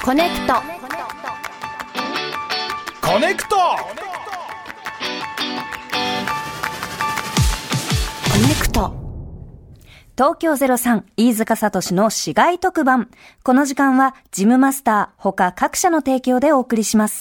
コネクトコネクトコネクト東京03飯塚聡の市街特番。この時間はジムマスター他各社の提供でお送りします。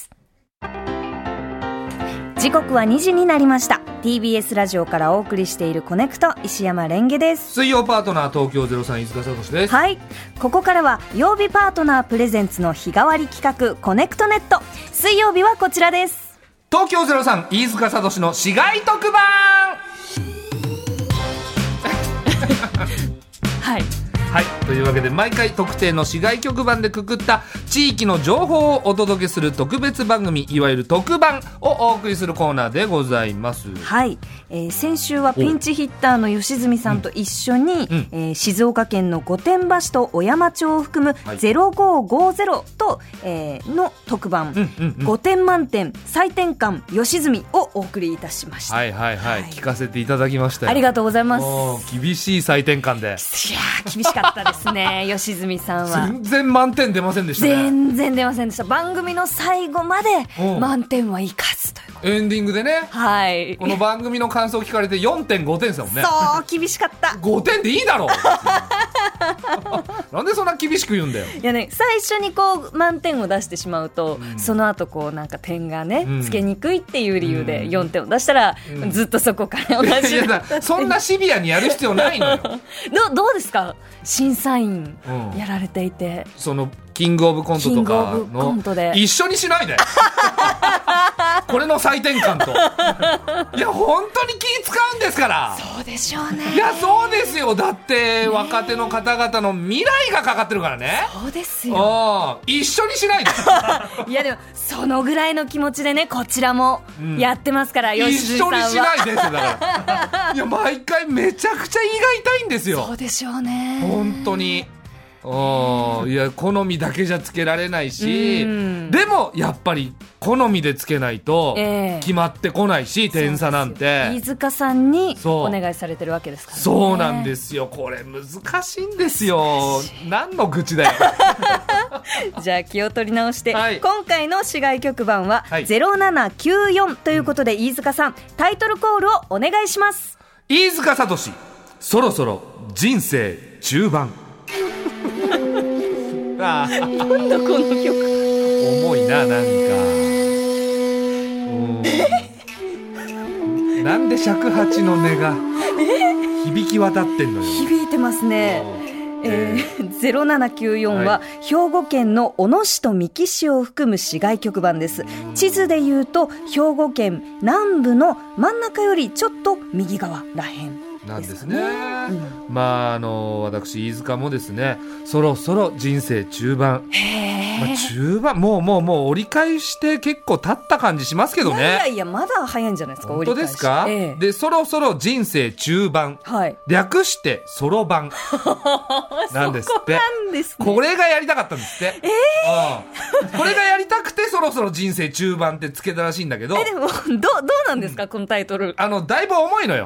時刻は2時になりました。 TBS ラジオからお送りしているコネクト、石山レンゲです。 水曜パートナー東京03飯塚聡です。 はい、ここからは曜日パートナープレゼンツの日替わり企画コネクトネット。水曜日はこちらです。 東京03飯塚聡の市街特番はいはい、というわけで毎回特定の市街局番でくくった地域の情報をお届けする特別番組、いわゆる特番をお送りするコーナーでございます。 はい、先週はピンチヒッターの吉住さんと一緒に、静岡県の御殿場市と小山町を含む0550と、の特番、5点満点採点官吉住をお送りいたしました。 はいはいはい、聞かせていただきましたよ。 ありがとうございます。 厳しい採点官で、 いや厳しかったですね吉住さんは全然満点出ませんでしたね。 全然出ませんでした。番組の最後まで満点はいかずということで、 エンディングでね、 はい、 この番組の感想聞かれて 4.5 点ですもんね。 そう厳しかった。 5点でいいだろうなんでそんな厳しく言うんだよ。 いやね、最初にこう満点を出してしまうと、その後こうなんか点がね、つけにくいっていう理由で4点を出したら、ずっとそこから同じいやそんなシビアにやる必要ないのよどうですか、審査員やられていて、 そのキングオブコントとかの一緒にしないでこれの採点官といや本当に気使うんですから。 そうでしょうね。 いやそうですよ。だって若手の方々の未来がかかってるからね。 そうですよ。 一緒にしないでいやでもそのぐらいの気持ちでね、こちらもやってますから、吉住さんは一緒にしないですよ。だからいや毎回めちゃくちゃ胃が痛いんですよ。 そうでしょうね。 本当にいや好みだけじゃつけられないし、でもやっぱり好みでつけないと決まってこないし、点差なんて飯塚さんにお願いされてるわけですからね。 そうなんですよ。これ難しいんですよ。何の愚痴だよじゃあ気を取り直して、 はい、 今回の市街局番は0794ということで、飯塚さんタイトルコールをお願いします。 飯塚聡、そろそろ人生中盤なんだこの曲重いな。なんかなんで尺八の音が響き渡ってんのよ。 響いてますね。0794は兵庫県の小野市と三木市を含む市街局番です。地図でいうと兵庫県南部の真ん中よりちょっと右側らへんなんですね。まあ私飯塚もですね、そろそろ人生中盤、中盤もう折り返して結構経った感じしますけどね。 いやまだ早いんじゃないですか。 本当ですか、でそろそろ人生中盤、略してそろばんなんですって。 なんですね。 これがやりたかったんですって、これがやりたくてそろそろ人生中盤ってつけたらしいんだけど、 でもどうなんですか、このタイトル。 だいぶ重いのよ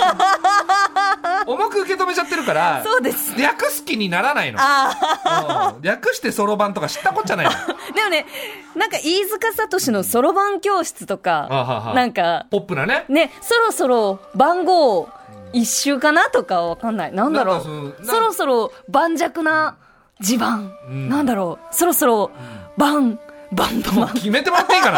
重く受け止めちゃってるから、 そうです、 略す気にならないの。略してそろばんとか知ったこっちゃないのでもね、なんか飯塚聡のそろばん教室とか、なんかポップなね、 そろそろ番号一周かなとかわかんない。なんだろう、そろそろ盤石な地盤、なんだろう、そろそろバン決めてもらっていいか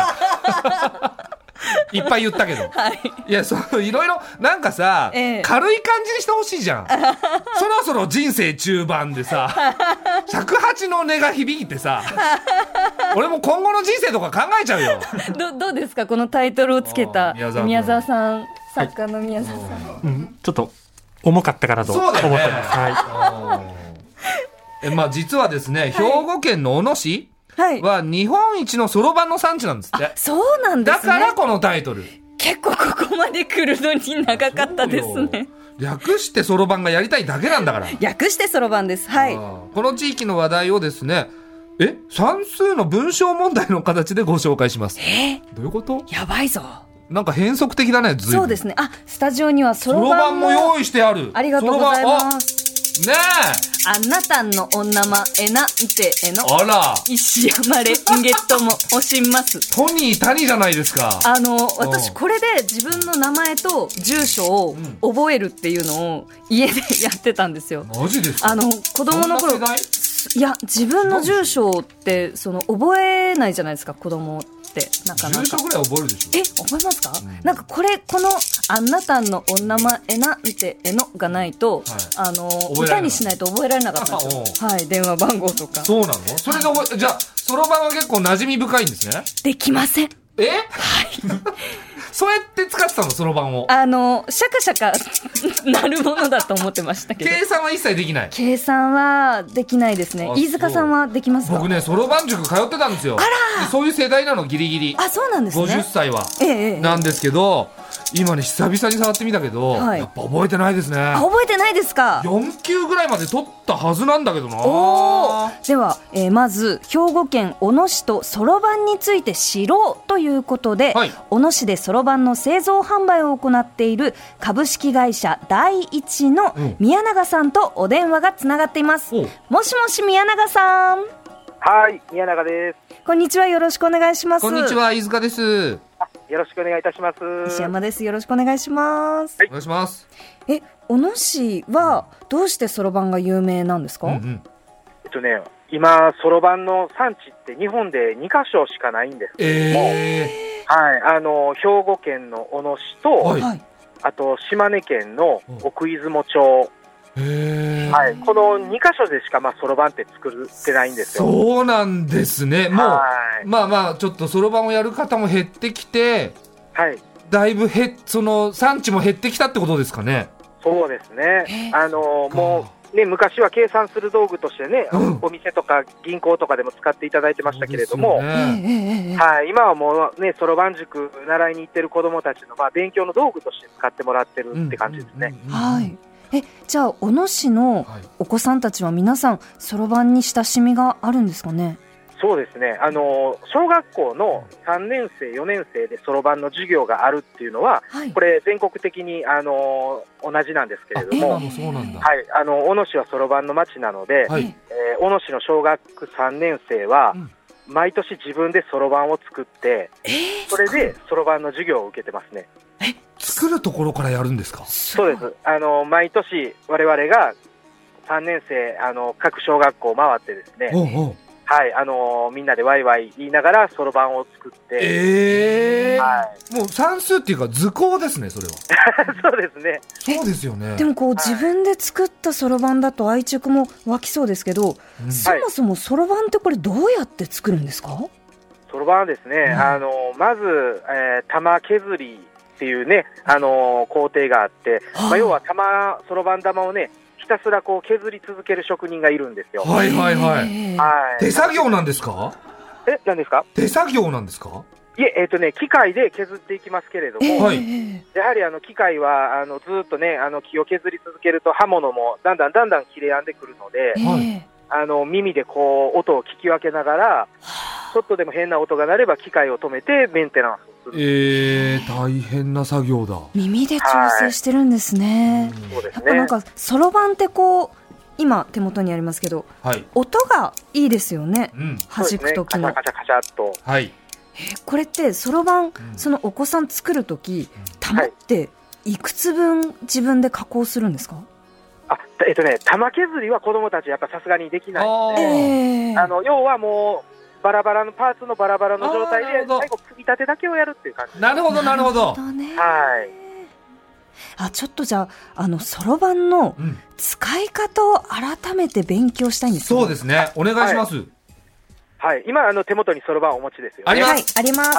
ないっぱい言ったけど、いやいろいろなんかさ、軽い感じにしてほしいじゃんそろそろ人生中盤でさ尺八の音が響いてさ俺も今後の人生とか考えちゃうよどうですか、このタイトルをつけた宮沢さん、作家の宮沢さん、 ちょっと重かったからと思ってます。 実はですね、兵庫県の小野市は日本一のそろばんの産地なんですって。 そうなんですね。 だからこのタイトル結構ここまで来るのに長かったですね。 略してそろばんがやりたいだけなんだから。 略してそろばんです。はい。 この地域の話題をですね、算数の文章問題の形でご紹介します。どういうこと？ やばいぞ。 なんか変則的だね。 そうですね。スタジオにはそろばんも用意してある。 ありがとうございます。 ねあなたのお名前なんてえの。 あら。 石山レンゲとも押します。 トニー谷じゃないですか。 私これで自分の名前と住所を覚えるっていうのを家でやってたんですよ。 マジですか？ 子供の頃、いや、自分の住所って覚えないじゃないですか、子供ってなかなか。 住所ぐらい覚えるでしょ。 覚えますか？なんかこのあなたのお名前なんてえのがないと、歌にしないと覚えられなかったんですよ。はい、電話番号とか。 そうなの？それでじゃあそろばんは結構馴染み深いんですね。 できません。 はい。そうやって使ってたの、そろばんを。 シャカシャカなるものだと思ってましたけど。 計算は一切できない。 計算はできないですね。飯塚さんはできますか？ 僕ね、そろばん塾通ってたんですよ。あら。そういう世代なの、ギリギリ。 そうなんですね。 50歳は。なんですけど、今ね、久々に触ってみたけど、やっぱ覚えてないですね。 覚えてないですか ？4級ぐらいまで取ったはずなんだけどな。 では、まず兵庫県小野市とそろばんについて知ろうということで、小野市でそろばんの製造販売を行っている株式会社第一の宮永さんとお電話がつながっています。もしもし、宮永さん。 はい、宮永です。 こんにちは、よろしくお願いします。 こんにちは、飯塚です。 よろしくお願いいたします。 石山です。よろしくお願いします。 お願いします。 小野市はどうしてそろばんが有名なんですか？ 今そろばんの産地って日本で2カ所しかないんですけども、兵庫県の小野市と、あと島根県の奥出雲町、この2カ所でしかそろばんって作ってないんですよ。 そうなんですね。もうちょっとそろばんをやる方も減ってきて、だいぶその産地も減ってきたってことですかね。 そうですね。もうね、昔は計算する道具としてね、お店とか銀行とかでも使っていただいてましたけれども、今はもうね、そろばん塾習いに行ってる子どもたちの勉強の道具として使ってもらってるって感じですね。 じゃあ小野市のお子さんたちは皆さんそろばんに親しみがあるんですかね？ そうですね。小学校の3年生4年生でそろばんの授業があるっていうのは、これ全国的に同じなんですけれども、小野市はそろばんの町なので、小野市の小学3年生は毎年自分でそろばんを作って、それでそろばんの授業を受けてますね。 作るところからやるんですか？ そうです。毎年我々が3年生各小学校を回ってですね、みんなでワイワイ言いながらそろばんを作って、 もう算数っていうか図工ですね、それは。 そうですね。 そうですよね。 でも自分で作ったそろばんだと愛着も湧きそうですけど、そもそもそろばんってこれどうやって作るんですか？ そろばんはですね、まず、玉削りっていうね、工程があって、要はそろばん玉をね、ひたすら削り続ける職人がいるんですよ。手作業なんですか？何ですか？ 手作業なんですか？ いえ、機械で削っていきますけれども、やはり機械はずっとね、木を削り続けると刃物もだんだん切れやんでくるので、耳で音を聞き分けながら、ちょっとでも変な音が鳴れば機械を止めてメンテナンスをする。 大変な作業だ。 耳で調整してるんですね。やっぱなんかそろばんって今手元にありますけど、音がいいですよね。弾く時のカチャカチャカチャっと。 これってそろばん、そのお子さん作る時、玉っていくつ分自分で加工するんですか？ 玉削りは子どもたちやっぱさすがにできないので、要はもうバラバラのパーツのバラバラの状態で最後組み立てだけをやるっていう感じ。 なるほどなるほど。 ちょっとじゃあそろばんの使い方を改めて勉強したいんですけど。 そうですね、お願いします。 今手元にそろばんお持ちですよね。 あります。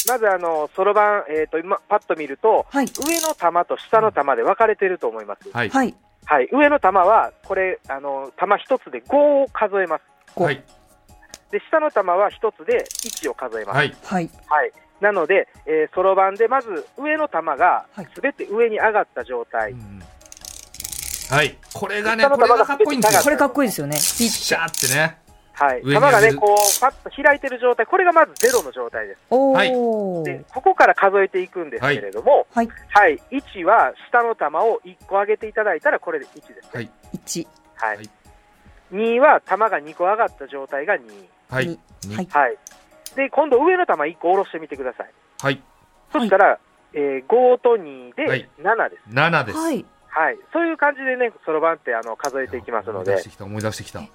まずそろばん、今パッと見ると、上の玉と下の玉で分かれていると思います。上の玉はこれ玉一つで5を数えます。で下の玉は一つで1を数えます。なのでそろばんでまず上の玉がすべて上に上がった状態、 これがね、これがかっこいいんですよ。 これかっこいいですよね。 ピッシャーってね。 はい、玉がね、こうパッと開いてる状態、これがまず0の状態です。 はい、 でここから数えていくんですけれども、はいはい、1は下の玉を1個上げていただいたらこれで1です、ね。はい、 1、 はいはい、2は玉が2個上がった状態が2、 はいはいはい、で今度上の玉1個下ろしてみてください。 はい、 そしたら、5と2で7です。 7です。 はいはい、そういう感じでね、そろばんって数えていきますので。 思い出してきた。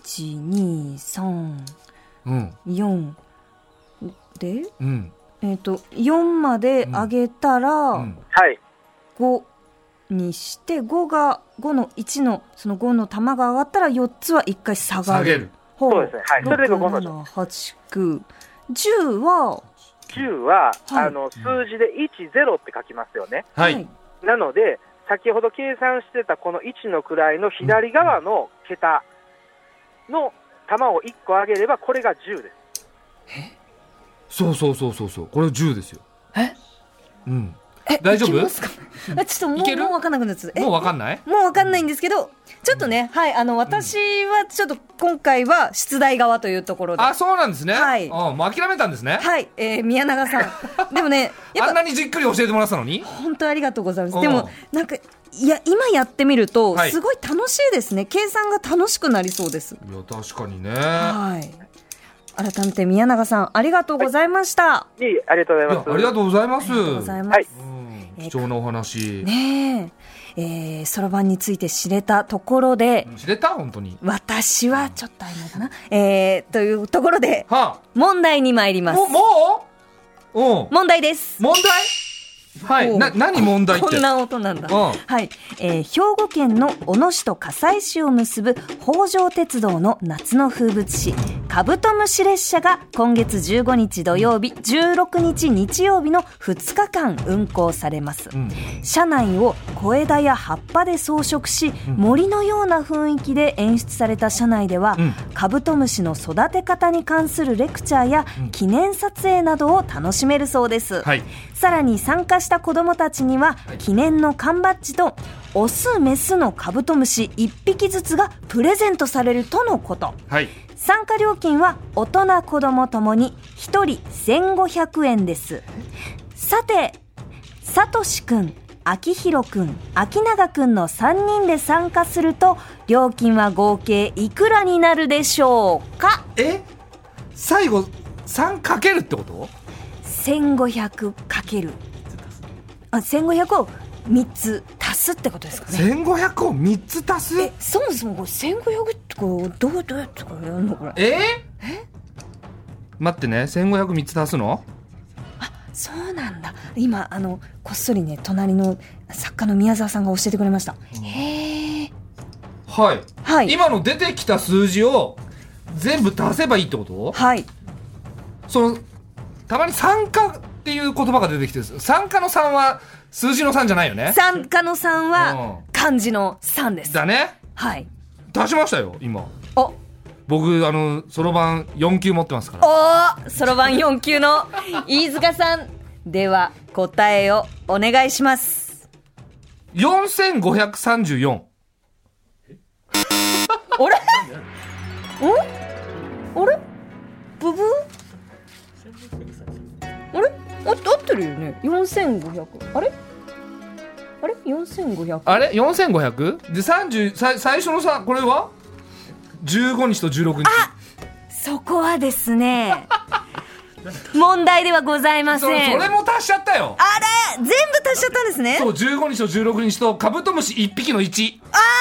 1、2、3、4で、4まで上げたら、はい、5にして、5の1のその5の玉が上がったら4つは1回下がる。 そうですね。はい。それが5の 8、9、10は数字で10って書きますよね。 はい。 なので先ほど計算してたこの1の位の左側の桁の玉を1個上げればこれが10です。 そうこれ10ですよ。大丈夫？ ちょっともう分かんなくなっちゃった。 もう分かんない？ もう分かんないんですけど、ちょっとね、はい、私はちょっと今回は出題側というところで。 あ、そうなんですね。 はい。 もう諦めたんですね。 はい、宮永さん。でもね、 あんなにじっくり教えてもらったのに。 本当ありがとうございます。でもなんか今やってみるとすごい楽しいですね。計算が楽しくなりそうです。 いや確かにね。 はい。改めて宮永さんありがとうございました。 はい、ありがとうございます。 ありがとうございます。 ありがとうございます。はい。 貴重なお話ねえ、そろばんについて知れたところで、 知れた本当に私はちょっとあれかな、というところで、問題に参ります。問題です。 問題？はい、何問題ってこんな音なんだ。はい、兵庫県の小野市と加西市を結ぶ北条鉄道の夏の風物詩カブトムシ列車が今月15日土曜日16日日曜日の2日間運行されます。車内を小枝や葉っぱで装飾し、森のような雰囲気で演出された車内では、カブトムシの育て方に関するレクチャーや記念撮影などを楽しめるそうです。さらに参加した子どもたちには記念の缶バッジとオスメスのカブトムシ1匹ずつがプレゼントされるとのこと。参加料金は大人子どもともに1人1500円です。さて、さとしくん、あきひろくん、あきながくんの3人で参加すると料金は合計いくらになるでしょうか？ 最後3かけるってこと？ 1500 かける1500を3つ足すってことですかね。 1500を3つ足す？ そもそもこれ1500ってこうどうやってこれやるのこれ？ 待ってね、1500 3つ足すの？ あ、そうなんだ。今こっそりね、隣の作家の宮沢さんが教えてくれました。 はい、今の出てきた数字を全部足せばいいってこと？ はい。 たまに参加っていう言葉が出てきてるんです。参加の3は数字の3じゃないよね。 参加の3は漢字の3です。 だね。 はい。 足しましたよ今。僕そろばん4級持ってますから。 そろばん4級の飯塚さんでは答えをお願いします。 4534。 あれ？あれ？ブブー？あれ？合ってるよね。4500。あれ 4500。 あれ 4500？ で最初のさ、これは15日と16日。 そこはですね問題ではございません。 それも足しちゃったよ。 全部足しちゃったんですね。 そう、15日と16日とカブトムシ1匹の1。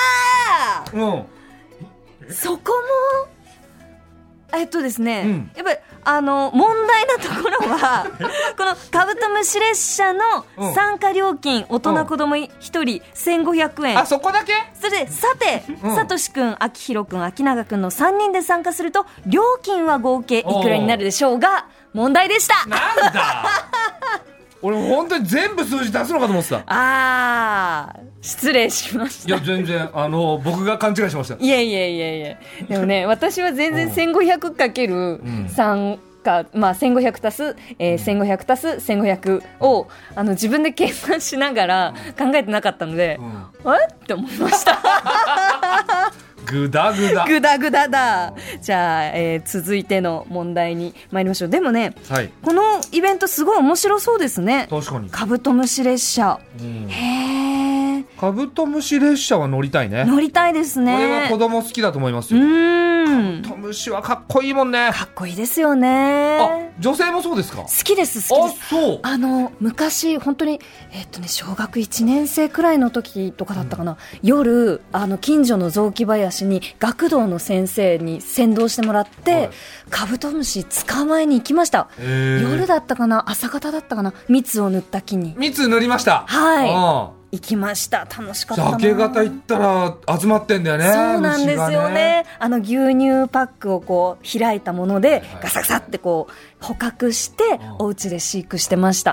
そこもですね、やっぱり問題なところはこのカブトムシ列車の参加料金、大人子供1人1500円。 そこだけ？ それでさて、さとしくん、あきひろくん、あきながくんの3人で参加すると料金は合計いくらになるでしょうが、問題でした。 なんだ俺本当に全部数字出すのかと思ってた。 失礼しました。 いや全然僕が勘違いしました。 いやでもね、私は全然 1500×3 か、1500足す、1500足す1500を自分で計算しながら考えてなかったので、って思いましたグダグダグダグダだ。じゃあ、続いての問題に参りましょう。でもね、はい、このイベントすごい面白そうですね。 確かにカブトムシ列車、へー、 カブトムシ列車は乗りたいね。 乗りたいですね。 これは子供好きだと思いますよ。カブトムシはかっこいいもんね。 かっこいいですよね。 あ、女性もそうですか？ 好きです、好きです。 そう。 昔本当に小学1年生くらいの時とかだったかな、夜近所の雑木林に学童の先生に先導してもらって、はい、カブトムシ捕まえに行きました。夜だったかな、朝方だったかな、蜜を塗った木に蜜塗りました。 はい、行きました。楽しかったな。 明け方行ったら集まってんだよね。 そうなんですよね。牛乳パックをこう開いたものでガサガサってこう捕獲してお家で飼育してました。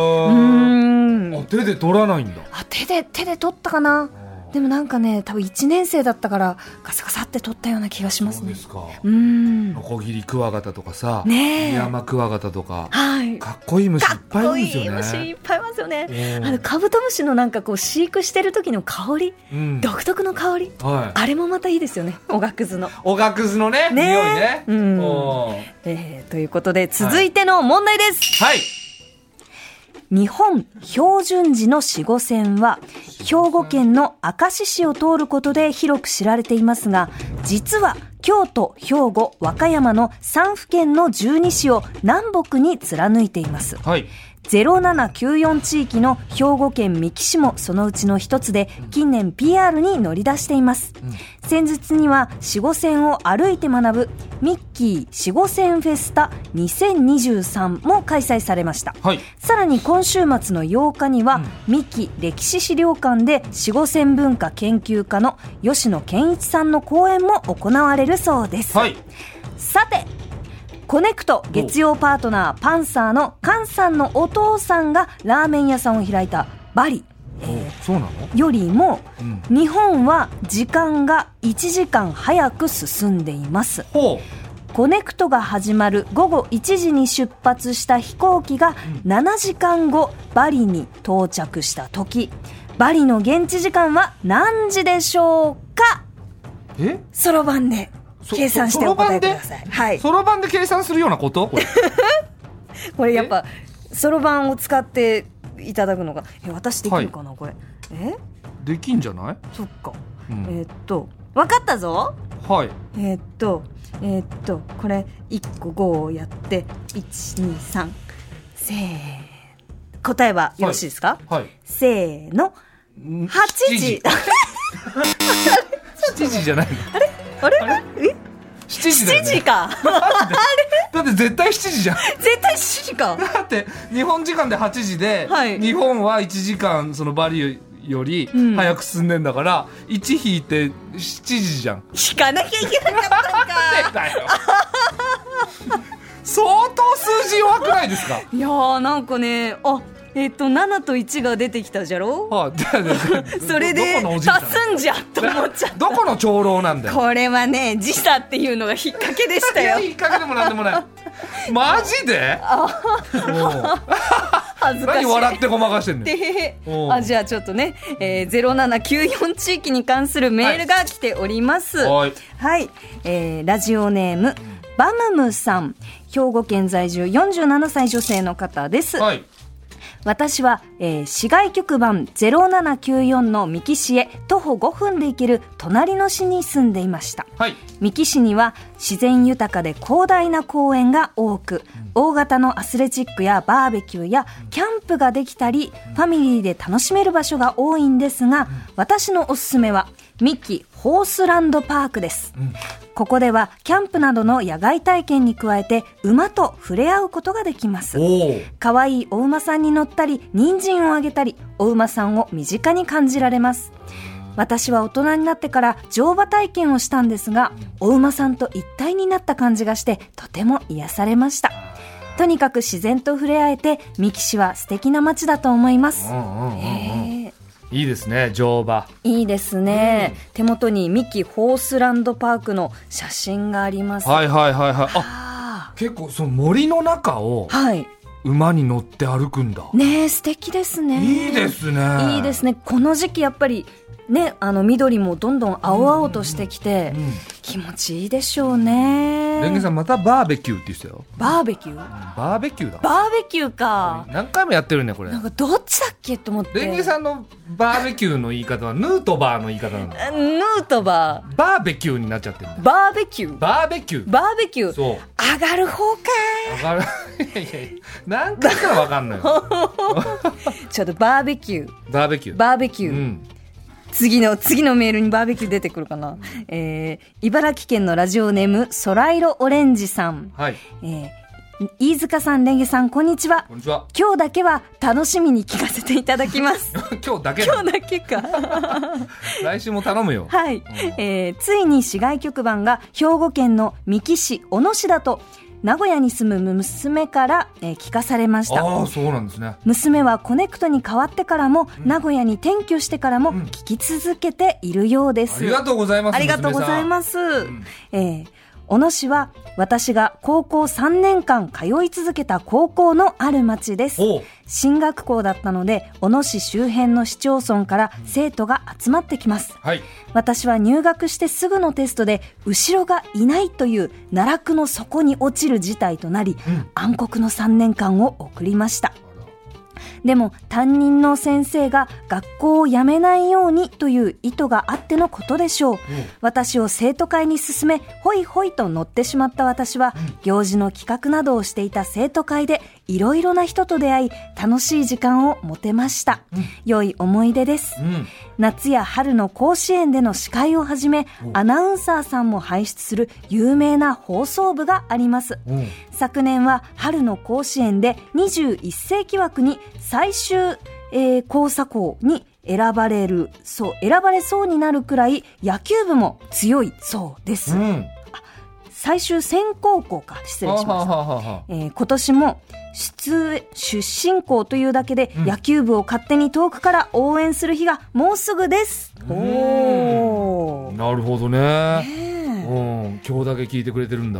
手で取らないんだ。 手で取ったかな。でもなんかね、多分1年生だったからガサガサって取ったような気がしますね。そうですか。 ノコギリクワガタとかさ、ミヤマクワガタとか、はい、かっこいい虫いっぱいいるんですよね。 かっこいい虫いっぱいいますよね。カブトムシのなんかこう飼育してる時の香り、独特の香り、はい、あれもまたいいですよね。おがくずのおがくずのね、匂いね。 ということで続いての問題です。 はい。 日本標準時の子午線は兵庫県の明石市を通ることで広く知られていますが、実は京都、兵庫、和歌山の3府県の12市を南北に貫いています。はい。0794地域の兵庫県三木市もそのうちの一つで、近年 PR に乗り出しています。先日には子午線を歩いて学ぶミッキー子午線フェスタ2023も開催されました。はい、さらに今週末の8日には、三木歴史資料館で子午線文化研究家の吉野健一さんの講演も行われるそうです。はい、さて、コネクト月曜パートナーパンサーの菅さんのお父さんがラーメン屋さんを開いたバリ、 そうなの？ よりも、日本は時間が1時間早く進んでいます。コネクトが始まる午後1時に出発した飛行機が7時間後バリに到着した時、バリの現地時間は何時でしょうか？そろばんで計算してお答えください。はい。 そろばんで計算するようなことこれこれやっぱそろばんを使っていただくのが、私できるかな、これ。 できんじゃない？ そっか。分かったぞ。 はい。 これ1個5をやって123せー、答えはよろしいですか？はい。せーの、8時。 7時じゃないの？ あれ 7時だよね。 7時か。 だって絶対7時じゃん。 絶対7時か。 だって日本時間で8時で、はい、日本は1時間そのバリより早く進んでんだから、1引いて7時じゃん。 引かなきゃいけなかったんか。 だよ。相当数字弱くないですか？ いやー、なんかね、7と1が出てきたじゃろ。それで足すんじゃと思っちゃった。 どこの長老なんだよ。 これはね、時差っていうのが引っ掛けでしたよ。 引っ掛けでもなんでもない。マジで？ 恥ずかしい。 何笑ってごまかしてんの？ じゃあちょっとね、0794地域に関するメールが来ております。はい、ラジオネームバムムさん、兵庫県在住47歳女性の方です。はい。私は、市外局番0794の三木市へ徒歩5分で行ける隣の市に住んでいました。はい、三木市には自然豊かで広大な公園が多く、大型のアスレチックやバーベキューやキャンプができたり、ファミリーで楽しめる場所が多いんですが、私のおすすめは三木ホースランドパークです。ここではキャンプなどの野外体験に加えて馬と触れ合うことができます。かわいいお馬さんに乗ったり、人参をあげたり、お馬さんを身近に感じられます。私は大人になってから乗馬体験をしたんですが、お馬さんと一体になった感じがしてとても癒されました。とにかく自然と触れ合えて、三木市は素敵な街だと思います。 いいですね、乗馬。 いいですね。手元に三木ホースランドパークの写真があります。 はい。結構その森の中を馬に乗って歩くんだ。 ねえ、素敵ですね。 いいですね。 いいですね。この時期やっぱりね、緑もどんどん青々としてきて、気持ちいいでしょうね。 レンゲさんまたバーベキューって言ってたよ。 バーベキュー、 バーベキューだ。 バーベキューか。 何回もやってるねこれ。 なんかどっちだっけと思って。 レンゲさんのバーベキューの言い方はヌートバーの言い方なんだ。 ヌートバー。バーベキューになっちゃってるんだ。 バーベキュー。 バーベキュー。 バーベキュー。 そう。 上がる方か。 上がる。いやいや何回からわかんないよ。 ちょっとバーベキュー。 バーベキュー。 バーベキュー。次のメールにバーベキュー出てくるかな。茨城県のラジオネーム空色オレンジさん。 はい。 飯塚さん、レンゲさん、こんにちは。 こんにちは。 今日だけは楽しみに聞かせていただきます。 今日だけか。 来週も頼むよ。 はい。ついに市外局番が兵庫県の三木市小野市だと名古屋に住む娘から、聞かされました。 ああ、そうなんですね。 娘はコネクトに変わってからも、名古屋に転居してからも聞き続けているようです。 ありがとうございます。 ありがとうございます。小野市は私が高校3年間通い続けた高校のある町です。進学校だったので小野市周辺の市町村から生徒が集まってきます、はい、私は入学してすぐのテストで後ろがいないという奈落の底に落ちる事態となり、暗黒の3年間を送りました。でも担任の先生が学校を辞めないようにという意図があってのことでしょう、私を生徒会に進めホイホイと乗ってしまった私は、行事の企画などをしていた生徒会でいろいろな人と出会い楽しい時間を持てました、良い思い出です、夏や春の甲子園での司会をはじめアナウンサーさんも輩出する有名な放送部があります、昨年は春の甲子園で21世紀枠に最終、考査校に選ばれそうになるくらい野球部も強いそうです、最終選考校か、失礼しました。今年も出身校というだけで野球部を勝手に遠くから応援する日がもうすぐです。 なるほどね。今日だけ聞いてくれてるんだ。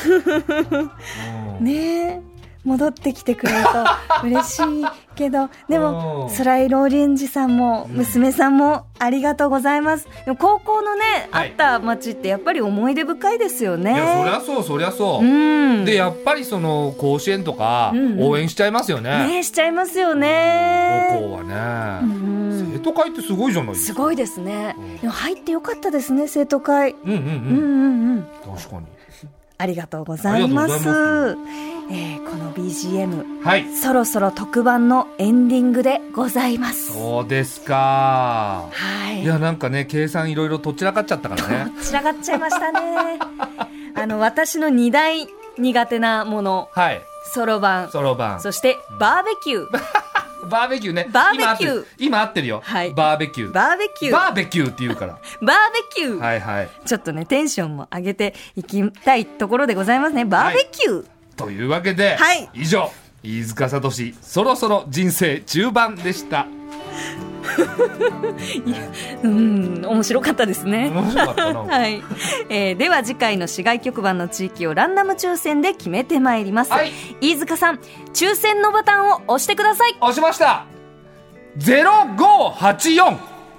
ねえ、戻ってきてくれると嬉しいけど、でも空色オレンジさんも娘さんもありがとうございます。でも高校のね、あった街ってやっぱり思い出深いですよね。 いや、そりゃそうそりゃそう、でやっぱりその甲子園とか応援しちゃいますよね、 ね、しちゃいますよね。 高校はね、生徒会ってすごいじゃないですか。 すごいですね、でも入ってよかったですね、生徒会。確かにありがとうございます。この BGM、はい、そろそろ特番のエンディングでございます。 そうですか。はい。いや、なんかね、計算いろいろとっちらかっちゃったからね。 とっちらかっちゃいましたね。私の2大苦手なもの。はい。そろばん。そしてバーベキュー。 バーベキューね。 バーベキュー。 今合ってるよ。はい。バーベキュー。 バーベキュー。 バーベキューって言うから。 バーベキュー。 はいはい。 ちょっとね、テンションも上げていきたいところでございますね。バーベキュー。はい、 というわけで、はい、以上、飯塚聡そろそろ人生中盤でした。 面白かったですね。 面白かったな。 はい。では次回の市外局番の地域をランダム抽選で決めてまいります。はい、飯塚さん、抽選のボタンを押してください。 押しました。0584。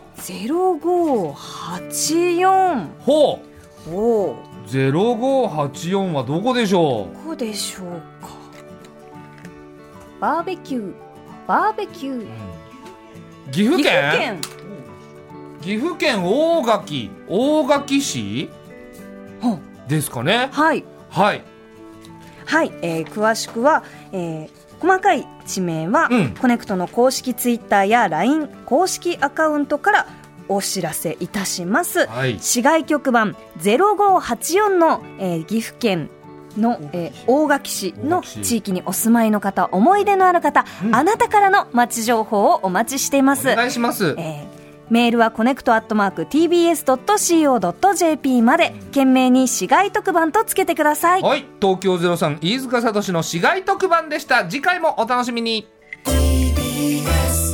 0584。 ほう。0584はどこでしょう。 どこでしょうか。バーベキュー。 岐阜県大垣市ですかね。 はいはい、詳しくは、細かい地名は、コネクトの公式ツイッターや LINE 公式アカウントからお知らせいたします、はい、市外局番0584の、岐阜県の、大垣市の地域にお住まいの方、思い出のある方、あなたからの街情報をお待ちしています。 お願いします。 メールはconnect@tbs.co.jp まで、懸命に市外特番とつけてください。 はい、東京03飯塚聡の市外特番でした。次回もお楽しみに。TBS